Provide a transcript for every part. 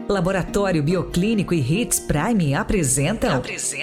Laboratório Bioclínico e Hits Prime apresentam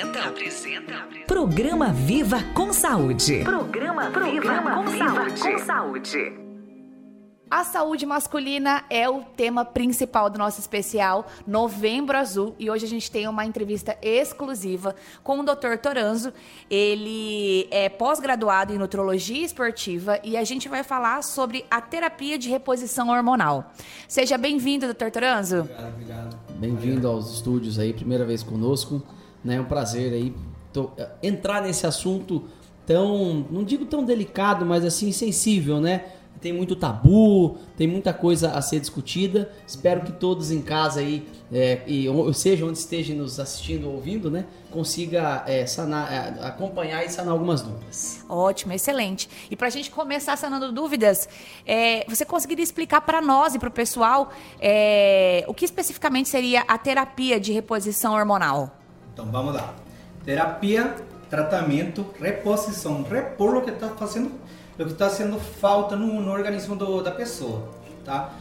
Programa Viva com Saúde. Programa Viva com Saúde. A saúde masculina é o tema principal do nosso especial Novembro Azul e hoje a gente tem uma entrevista exclusiva com o Dr. Toranzo. Ele é pós-graduado em nutrologia esportiva e a gente vai falar sobre a terapia de reposição hormonal. Seja bem-vindo, Dr. Toranzo. Obrigado. Bem-vindo aos estúdios aí, primeira vez conosco, né? É um prazer aí entrar nesse assunto tão, não digo tão delicado, mas assim sensível, né? Tem muito tabu, tem muita coisa a ser discutida. Espero que todos em casa aí, ou seja, onde esteja nos assistindo ou ouvindo, né, consiga acompanhar e sanar algumas dúvidas. Ótimo, excelente. E para a gente começar sanando dúvidas, você conseguiria explicar para nós e para o pessoal o que especificamente seria a terapia de reposição hormonal? Então vamos lá. Terapia, tratamento, reposição, repor o que está fazendo. O que está sendo falta no organismo da pessoa, tá?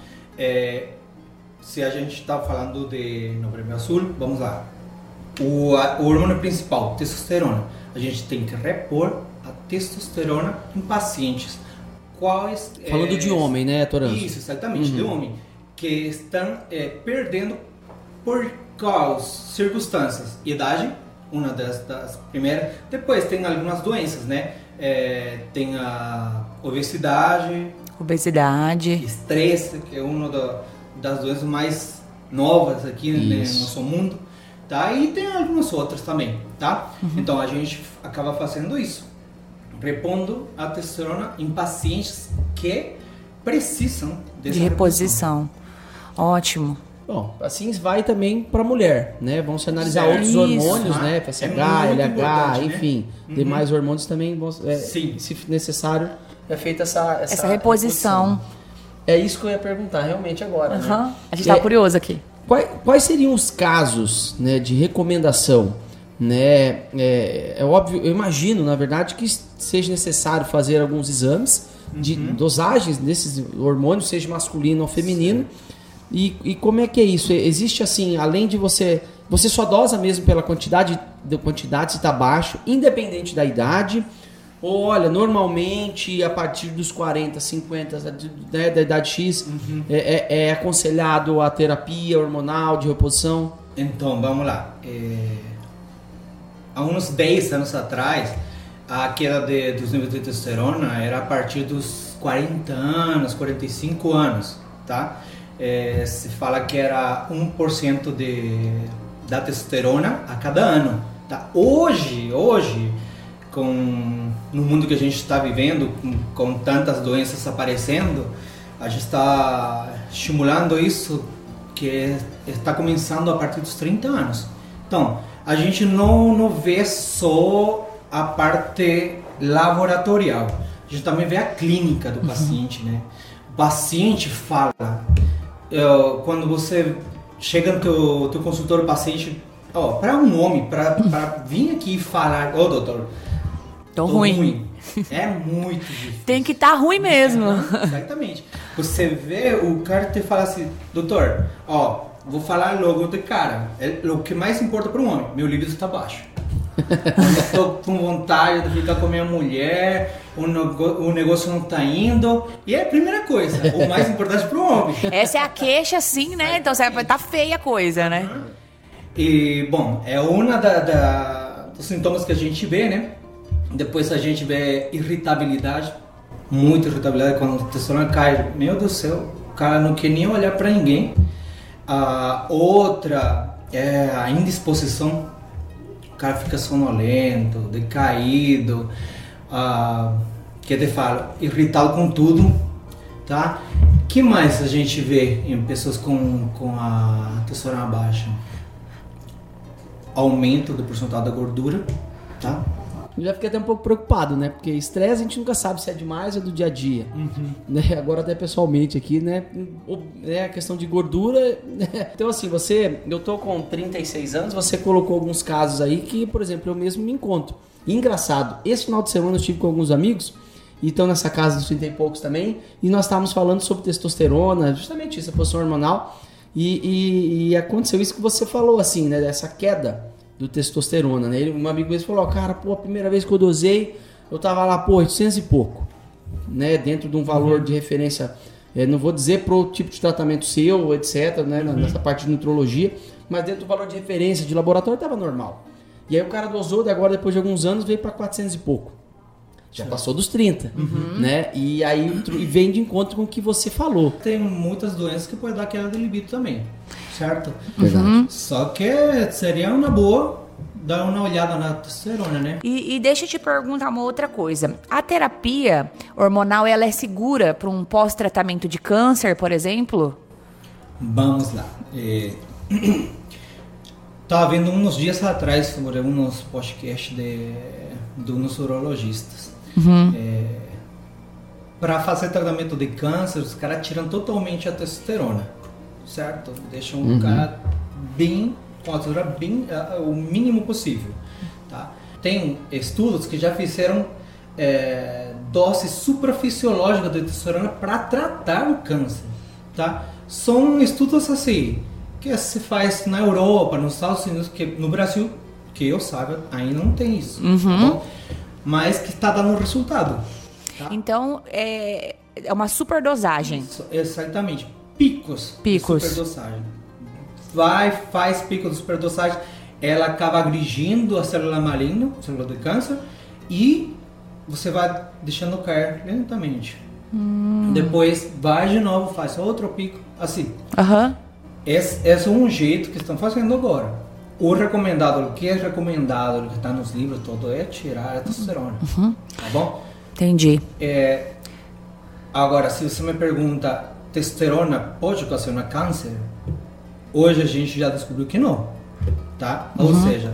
Se a gente está falando de Novembro Azul, vamos lá. O hormônio principal, testosterona. A gente tem que repor a testosterona em pacientes. Falando de homem, né, Toranzo? Isso, exatamente, de homem. Que estão perdendo por quais circunstâncias? Idade, uma das primeiras. Depois tem algumas doenças, né? Tem a obesidade, estresse, que é uma das doenças mais novas aqui no nosso mundo, tá? E tem algumas outras também, tá? Uhum. Então a gente acaba fazendo isso, repondo a testosterona em pacientes que precisam de reposição. Ótimo. Bom, assim vai também para a mulher, né? Vão se analisar outros hormônios, né? FSH, LH, enfim. Né? Demais hormônios também vão, se necessário, é feita essa reposição. É isso que eu ia perguntar realmente agora. Né? A gente está curioso aqui. Quais seriam os casos, né, de recomendação? Né? É óbvio, eu imagino, na verdade, que seja necessário fazer alguns exames de dosagens desses hormônios, seja masculino ou feminino. E como é que é isso? Existe assim, além de você só dosa mesmo pela quantidade se está baixo, independente da idade? Ou olha, normalmente a partir dos 40, 50, né, da idade X, é aconselhado a terapia hormonal de reposição? Então, vamos lá. Há uns 10 anos atrás, a queda dos níveis de testosterona era a partir dos 40 anos, 45 anos, tá? Se fala que era 1% da testosterona a cada ano. Tá? Hoje, no mundo que a gente está vivendo, com tantas doenças aparecendo, a gente está estimulando isso, que está começando a partir dos 30 anos. Então, a gente não vê só a parte laboratorial, a gente também vê a clínica do paciente, né? O paciente fala... quando você chega no teu consultório paciente, para um homem, para vir aqui e falar, doutor, tô ruim. É muito difícil. Tem que estar ruim mesmo. Exatamente. Você vê o cara te fala assim, doutor, vou falar logo de cara, o que mais importa para um homem, meu libido está baixo. Eu estou com vontade de ficar com minha mulher, o negócio não está indo. E é a primeira coisa, o mais importante para o homem. Essa é a queixa, sim, né? Então tá feia a coisa, né? E, bom, é uma dos sintomas que a gente vê, né? Depois a gente vê irritabilidade, muita irritabilidade quando a testosterona cai. Meu Deus do céu, o cara não quer nem olhar para ninguém. A outra é a indisposição. O cara fica sonolento, decaído, que te falo, irritado com tudo, tá? Que mais a gente vê em pessoas com a testosterona baixa? Aumento do percentual da gordura, tá? Eu já fiquei até um pouco preocupado, né? Porque estresse a gente nunca sabe se é demais ou do dia a dia. Né? Agora até pessoalmente aqui, né? A questão de gordura... Né? Então assim, eu tô com 36 anos, você colocou alguns casos aí que, por exemplo, eu mesmo me encontro. E engraçado, esse final de semana eu estive com alguns amigos e estão nessa casa dos 30 e poucos também, e nós estávamos falando sobre testosterona, justamente isso, a posição hormonal. E aconteceu isso que você falou, assim, né? Dessa queda do testosterona, né? Um amigo mesmo falou, cara, pô, a primeira vez que eu dosei, eu tava lá, pô, 800 e pouco, né? Dentro de um valor de referência, não vou dizer pro tipo de tratamento seu, etc, né? Nessa parte de nutrologia, mas dentro do valor de referência de laboratório tava normal. E aí o cara dosou, agora depois de alguns anos veio para 400 e pouco. Já passou dos 30, né? E aí vem de encontro com o que você falou. Tem muitas doenças que podem dar queda de libido também, certo? Verdade. Só que seria uma boa dar uma olhada na testosterona, né? E deixa eu te perguntar uma outra coisa. A terapia hormonal, ela é segura para um pós-tratamento de câncer, por exemplo? Vamos lá. Estava vendo uns dias atrás sobre uns podcasts de uns urologistas. Para fazer tratamento de câncer, os caras tiram totalmente a testosterona, certo? Deixam o cara bem, com a testosterona bem, o mínimo possível, tá? Tem estudos que já fizeram dose suprafisiológica de testosterona para tratar o câncer, tá? São estudos assim que se faz na Europa, nos Estados Unidos, que no Brasil, que eu saiba, ainda não tem isso, tá bom? Mas que está dando resultado. Tá? Então, é uma superdosagem. Isso, exatamente. Picos. Picos. De superdosagem. Faz pico de superdosagem, ela acaba agredindo a célula maligna, a célula de câncer, e você vai deixando cair lentamente. Depois vai de novo, faz outro pico, assim. Esse é um jeito que estão fazendo agora. O que é recomendado, que está nos livros todo, é tirar a testosterona. Tá bom? Entendi. Agora, se você me pergunta, testosterona pode ocasionar câncer? Hoje a gente já descobriu que não. Tá? Ou seja,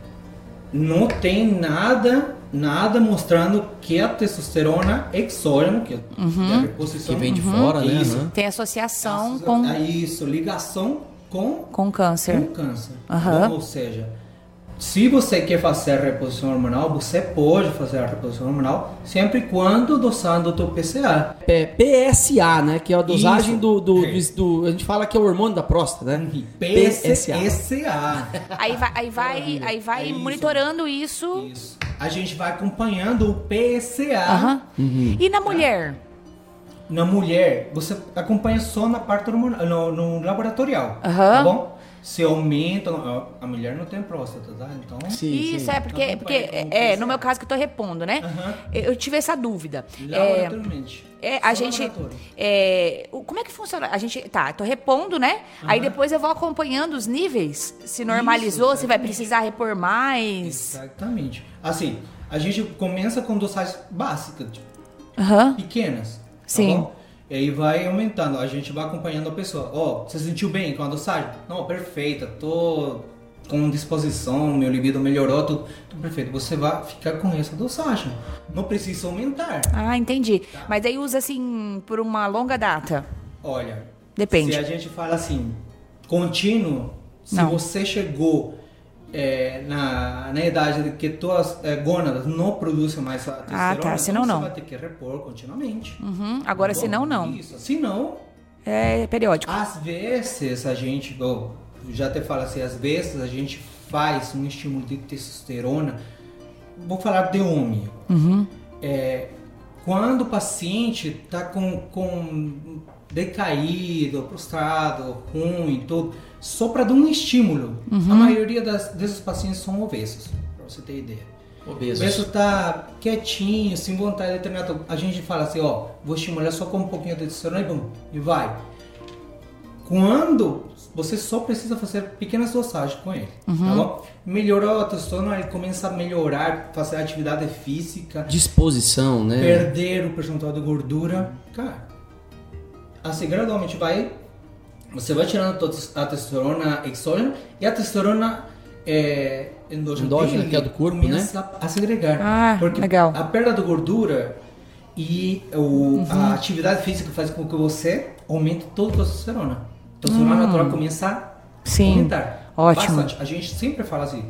não tem nada mostrando que a testosterona exógena, que é a reposição que vem de fora, né? Isso. Tem associação com... Isso, ligação com câncer. Com câncer. Então, ou seja, se você quer fazer a reposição hormonal, você pode fazer a reposição hormonal sempre e quando dosando o teu PSA. PSA, né? Que é a dosagem do a gente fala que é o hormônio da próstata, né? PSA. Aí vai monitorando isso. A gente vai acompanhando o PSA. E na mulher? Na mulher, você acompanha só na parte hormonal, no laboratorial, tá bom? Se aumenta, a mulher não tem próstata, tá? Então, isso, porque no meu caso que eu tô repondo, né? Eu tive essa dúvida. Laboratorialmente. A gente, como é que funciona? A gente, tô repondo, né? Aí depois eu vou acompanhando os níveis, se normalizou, se vai precisar repor mais. Exatamente. Assim, a gente começa com dosagens básicas, tipo, pequenas. Sim. Tá bom? E aí vai aumentando, a gente vai acompanhando a pessoa. Você sentiu bem com a dosagem? Não, perfeita, tô com disposição, meu libido melhorou, tudo perfeito. Você vai ficar com essa dosagem, não precisa aumentar. Entendi. Tá. Mas aí usa assim por uma longa data? Olha, depende. Se a gente fala assim, contínuo, se você chegou na idade de que tuas gônadas não produzem mais a testosterona, senão então não. você vai ter que repor continuamente. Agora, se não. Isso. Se não, é periódico. Às vezes a gente, já te falo assim, às vezes a gente faz um estímulo de testosterona, vou falar de homem. Quando o paciente está com decaído, prostrado, ruim, tudo, só para dar um estímulo. A maioria desses pacientes são obesos, para você ter ideia. O obeso tá quietinho, sem vontade de terminar. A gente fala assim, vou estimular só com um pouquinho de testosterona e vai. Quando você só precisa fazer pequenas dosagens com ele, tá bom? Melhorou a testosterona, ele começa a melhorar, fazer atividade física, disposição, né? Perder o percentual de gordura, cara. Assim, gradualmente você vai tirando a testosterona exógena e a testosterona endógena, que é do corpo, começa, né? A segregar. Porque legal. A perda de gordura e a atividade física faz com que você aumente toda a testosterona. A testosterona natural começa a aumentar. Ótimo. Bastante. A gente sempre fala assim,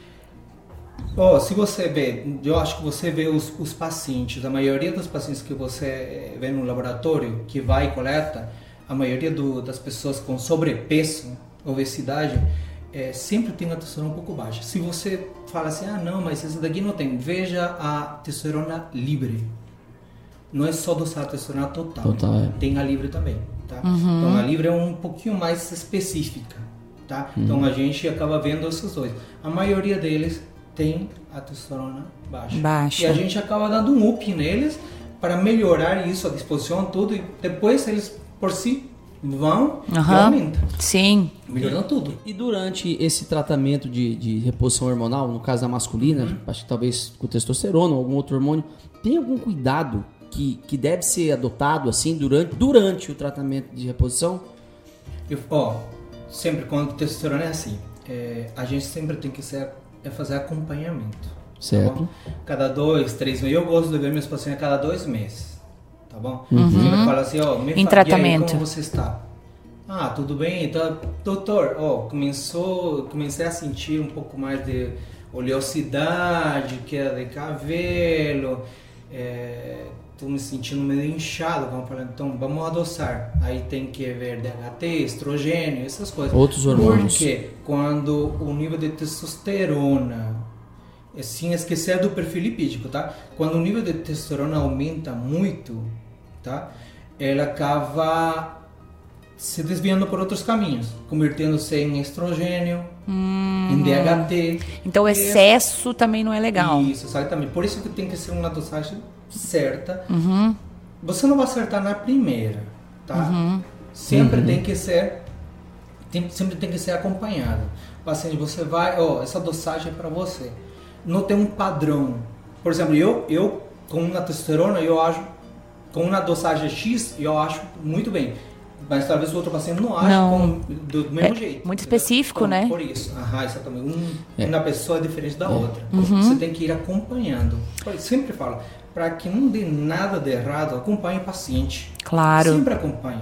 se você vê, eu acho que você vê os pacientes, a maioria dos pacientes que você vê no laboratório, que vai e coleta, a maioria das pessoas com sobrepeso, obesidade, sempre tem a testosterona um pouco baixa. Se você fala assim, não, mas essa daqui não tem, veja a testosterona livre. Não é só dosar a testosterona total. Tem a livre também, tá? Então a livre é um pouquinho mais específica, tá? Então a gente acaba vendo esses dois. A maioria deles tem a testosterona baixa. E a gente acaba dando um up neles para melhorar isso, a disposição, tudo, e depois eles por si vão e aumentam. Sim. Melhorando tudo. E durante esse tratamento de reposição hormonal, no caso da masculina, acho que talvez com testosterona ou algum outro hormônio, tem algum cuidado que deve ser adotado assim durante o tratamento de reposição? Sempre quando testosterona é assim, a gente sempre tem que fazer acompanhamento. Certo. Tá, cada 2, 3 meses. Eu gosto de ver meus pacientes a cada 2 meses. Tá bom? Eu falo assim, em tratamento. E aí, como você está? Tudo bem. Então, doutor, comecei a sentir um pouco mais de oleosidade, queda de cabelo, estou me sentindo meio inchado, vamos falar, então vamos adoçar. Aí tem que ver DHT, estrogênio, essas coisas. Outros hormônios. Porque quando o nível de testosterona, sem esquecer do perfil lipídico, tá? Quando o nível de testosterona aumenta muito, tá? Ela acaba se desviando por outros caminhos, convertendo-se em estrogênio, em DHT. Então o excesso também não é legal. Isso, exatamente. Por isso que tem que ser uma dosagem certa. Você não vai acertar na primeira, tá? Sempre tem que ser acompanhado. O paciente, você vai, essa dosagem é para você. Não tem um padrão. Por exemplo, eu com uma testosterona, eu acho, com uma dosagem X, eu acho muito bem. Mas talvez o outro paciente não ache do mesmo jeito. Muito específico, então, né? Por isso. Exatamente. Uma pessoa é diferente da outra. Você tem que ir acompanhando. Eu sempre falo, para que não dê nada de errado, acompanhe o paciente. Claro. Sempre acompanhe.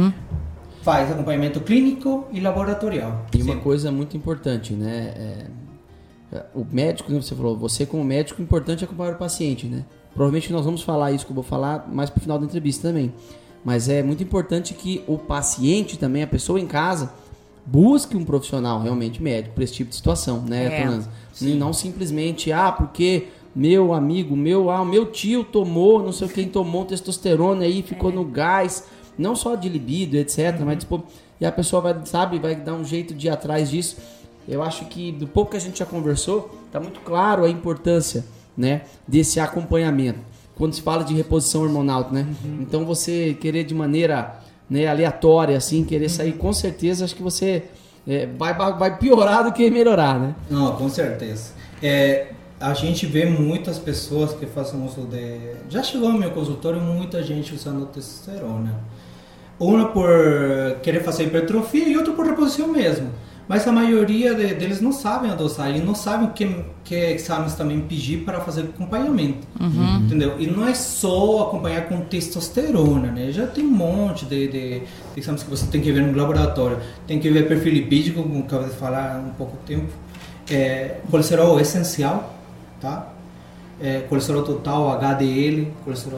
Faz acompanhamento clínico e laboratorial. E uma coisa muito importante, né? O médico, como você falou, você como médico, o importante é acompanhar o paciente, né? Provavelmente nós vamos falar isso que eu vou falar mais pro final da entrevista também. Mas é muito importante que o paciente também, a pessoa em casa, busque um profissional realmente médico para esse tipo de situação, né, Toranzo? E não simplesmente, porque meu amigo, meu tio tomou, não sei quem tomou testosterona aí, ficou no gás, não só de libido, etc. Mas, e a pessoa vai dar um jeito de ir atrás disso. Eu acho que do pouco que a gente já conversou, está muito claro a importância, né, desse acompanhamento. Quando se fala de reposição hormonal, né? Então você querer de maneira, né, aleatória, assim, querer sair, com certeza, acho que você vai piorar do que melhorar, né? Não, com certeza. A gente vê muitas pessoas que fazem uso de... Já chegou no meu consultório muita gente usando testosterona. Uma por querer fazer hipertrofia e outra por reposição mesmo. Mas a maioria deles não sabem adoçar, eles não sabem que exames também pedir para fazer acompanhamento, entendeu? E não é só acompanhar com testosterona, né? Já tem um monte de exames que você tem que ver no laboratório. Tem que ver perfil lipídico, como acabei de falar há um pouco tempo. Colesterol essencial, tá? Colesterol total, HDL,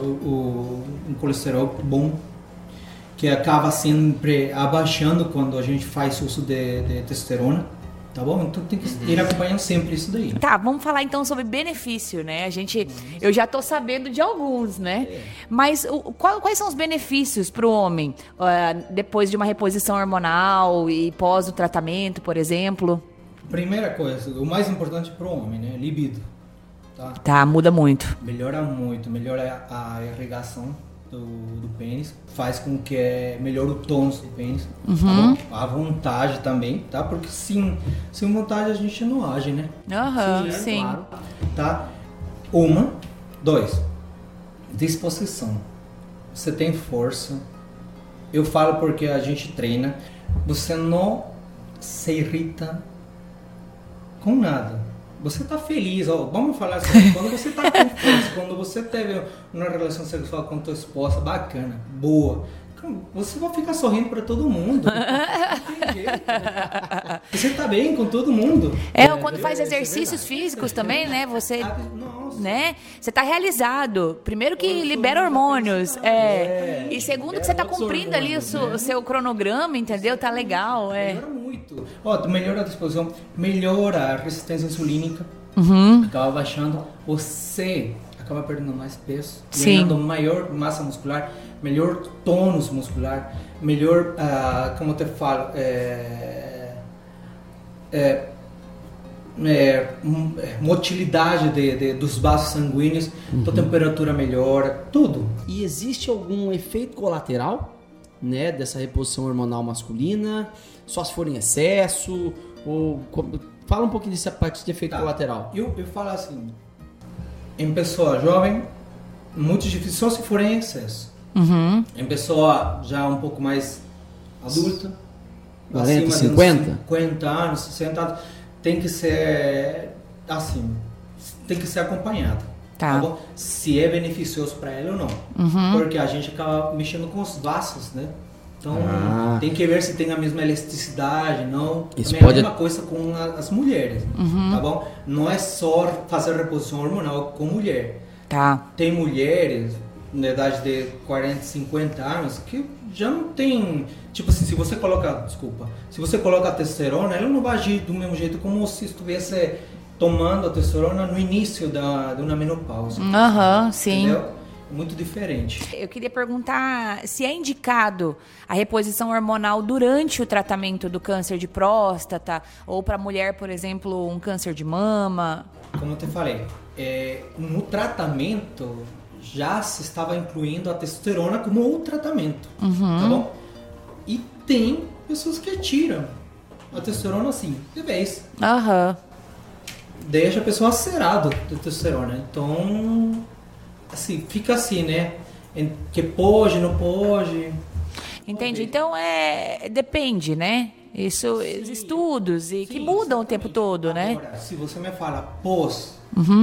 um colesterol bom, que acaba sempre abaixando quando a gente faz uso de testosterona, tá bom? Então tem que ir acompanhando sempre isso daí. Tá, vamos falar então sobre benefício, né? Eu já tô sabendo de alguns, né? Mas quais são os benefícios para o homem depois de uma reposição hormonal e pós o tratamento, por exemplo? Primeira coisa, o mais importante para o homem, né? Libido. Tá, muda muito. Melhora muito, melhora a irrigação do pênis, faz com que melhore o tônus do pênis, tá bom? A vontade também, tá? Porque sem vontade a gente não age, né? Sim. Claro, tá? 2, disposição. Você tem força. Eu falo porque a gente treina. Você não se irrita com nada. Você tá feliz, vamos falar assim, quando você tá com força, quando você teve uma relação sexual com tua esposa bacana, boa, você vai ficar sorrindo para todo mundo. Não tem jeito. Você tá bem com todo mundo. Quando faz exercícios físicos também, né? Você, Nossa. né? Você tá realizado. Primeiro que libera hormônios. E segundo que você tá cumprindo ali o seu cronograma, entendeu? Tá legal. Melhora muito. Melhora a disposição, melhora a resistência insulínica. Acaba baixando. Você acaba perdendo mais peso, ganhando maior massa muscular, melhor tônus muscular, melhor, como te falo, motilidade dos vasos sanguíneos, a temperatura melhora, tudo. E existe algum efeito colateral, né, dessa reposição hormonal masculina? Só se for em excesso? Fala um pouquinho dessa parte de efeito colateral. Eu falo assim, em pessoa jovem, muito difícil, só se for em excesso. Em pessoa já um pouco mais adulta, 40, acima 50? de uns 50 anos, 60 anos, tem que ser assim, tem que ser acompanhada. Tá bom? Se é beneficioso para ela ou não. Porque a gente acaba mexendo com os vasos, né? Então tem que ver se tem a mesma elasticidade, não. Isso também é a mesma coisa com as mulheres, tá bom? Não é só fazer reposição hormonal com mulher. Tá. Tem mulheres na idade de 40, 50 anos que já não tem, tipo assim, se você coloca a testosterona, ela não vai agir do mesmo jeito como se estivesse tomando a testosterona no início de uma menopausa. Sim. Entendeu? Muito diferente. Eu queria perguntar se é indicado a reposição hormonal durante o tratamento do câncer de próstata ou para mulher, por exemplo, um câncer de mama. Como eu te falei, no tratamento já se estava incluindo a testosterona como o tratamento, tá bom? E tem pessoas que tiram a testosterona assim, de vez. Deixa a pessoa acerada de testosterona. Então, assim, fica assim, né? Que pode, não pode. Entendi. Então, depende, né? Isso, os estudos e que mudam o tempo todo, né? Agora, se você me fala pós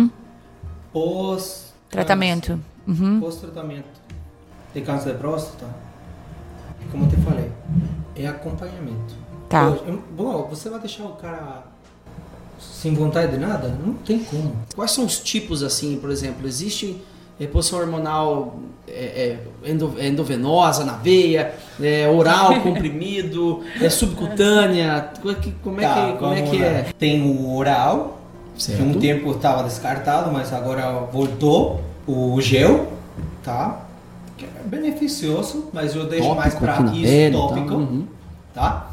tratamento. Pós-tratamento de câncer de próstata, como eu te falei, é acompanhamento. Tá. Bom, você vai deixar o cara sem vontade de nada? Não tem como. Quais são os tipos, assim, por exemplo? Existe reposição hormonal endovenosa, na veia, oral, comprimido, subcutânea? Como é que é? Tem o oral, certo, que um tempo estava descartado, mas agora voltou. O gel, tá? Que é beneficioso, mas eu deixo tópico, mais para isso, tópico, tá?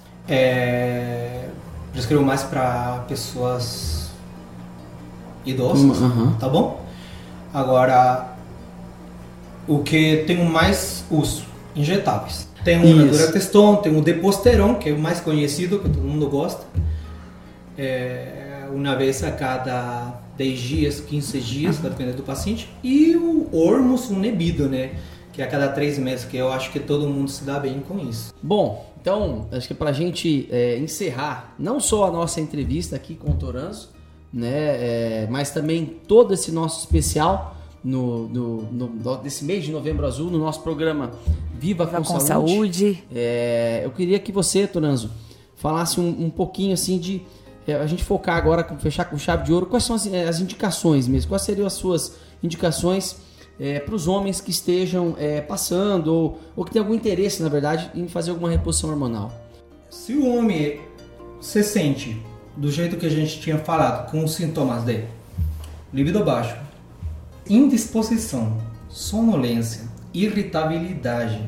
Prescrevo mais para pessoas idosas, tá bom? Agora, o que tem mais uso? Injetáveis. Tem o Durateston, tem o Deposteron, que é o mais conhecido, que todo mundo gosta. Uma vez a cada 10 dias, 15 dias, vai depender do paciente. E o Ormus, o Nebido, né? Que é a cada 3 meses, que eu acho que todo mundo se dá bem com isso. Bom, então, acho que pra gente encerrar, não só a nossa entrevista aqui com o Toranzo, né, mas também todo esse nosso especial desse mês de Novembro Azul, no nosso programa Viva com Saúde. Eu queria que você, Toranzo, falasse um pouquinho assim de a gente focar agora, fechar com chave de ouro, quais são as indicações mesmo, quais seriam as suas indicações para os homens que estejam passando ou que tem algum interesse, na verdade, em fazer alguma reposição hormonal. Se o homem se sente do jeito que a gente tinha falado, com os sintomas de libido baixo, indisposição, sonolência, irritabilidade,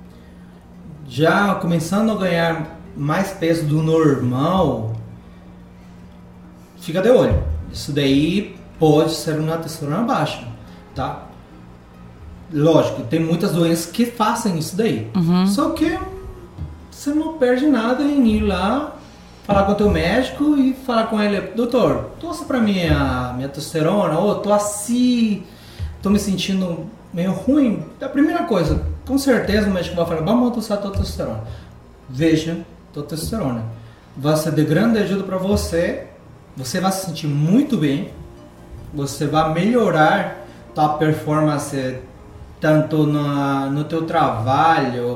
já começando a ganhar mais peso do normal, fica de olho. Isso daí pode ser uma testosterona baixa, tá? Lógico, tem muitas doenças que fazem isso daí. Só que você não perde nada em ir lá, falar com o teu médico e falar com ele: doutor, torça pra mim a minha testosterona, ou tô assim, tô me sentindo meio ruim. A primeira coisa, com certeza o médico vai falar: vamos torcer a tua testosterona. Veja tua testosterona. Vai ser de grande ajuda para você. Você vai se sentir muito bem. Você vai melhorar tua performance tanto no teu trabalho,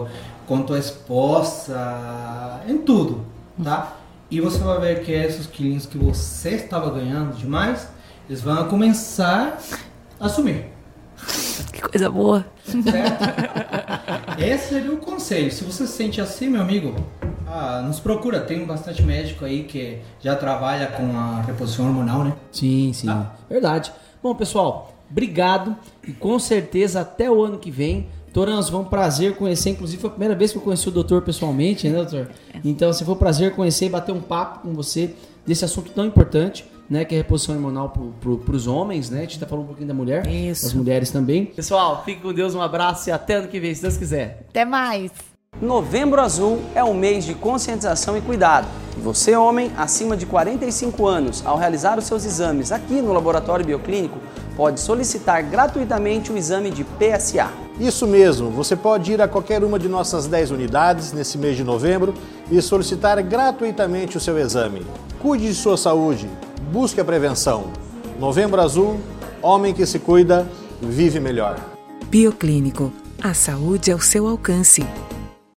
com tua esposa, em tudo, tá? E você vai ver que esses quilinhos que você estava ganhando demais, eles vão começar a sumir. Que coisa boa. Certo? Esse seria o conselho. Se você se sente assim, meu amigo, nos procura. Tem bastante médico aí que já trabalha com a reposição hormonal, né? Sim, verdade. Bom, pessoal, obrigado e com certeza até o ano que vem. Toranzo, foi um prazer conhecer, inclusive foi a primeira vez que eu conheci o doutor pessoalmente, né, doutor? Então, foi um prazer conhecer e bater um papo com você desse assunto tão importante, né, que é a reposição hormonal para os homens, né? A gente tá falando um pouquinho da mulher, das mulheres também. Pessoal, fique com Deus, um abraço e até ano que vem, se Deus quiser. Até mais! Novembro Azul é um mês de conscientização e cuidado. E você, homem, acima de 45 anos, ao realizar os seus exames aqui no Laboratório Bioclínico, pode solicitar gratuitamente o exame de PSA. Isso mesmo, você pode ir a qualquer uma de nossas 10 unidades nesse mês de novembro e solicitar gratuitamente o seu exame. Cuide de sua saúde, busque a prevenção. Novembro Azul, homem que se cuida, vive melhor. Bioclínico, a saúde ao seu alcance.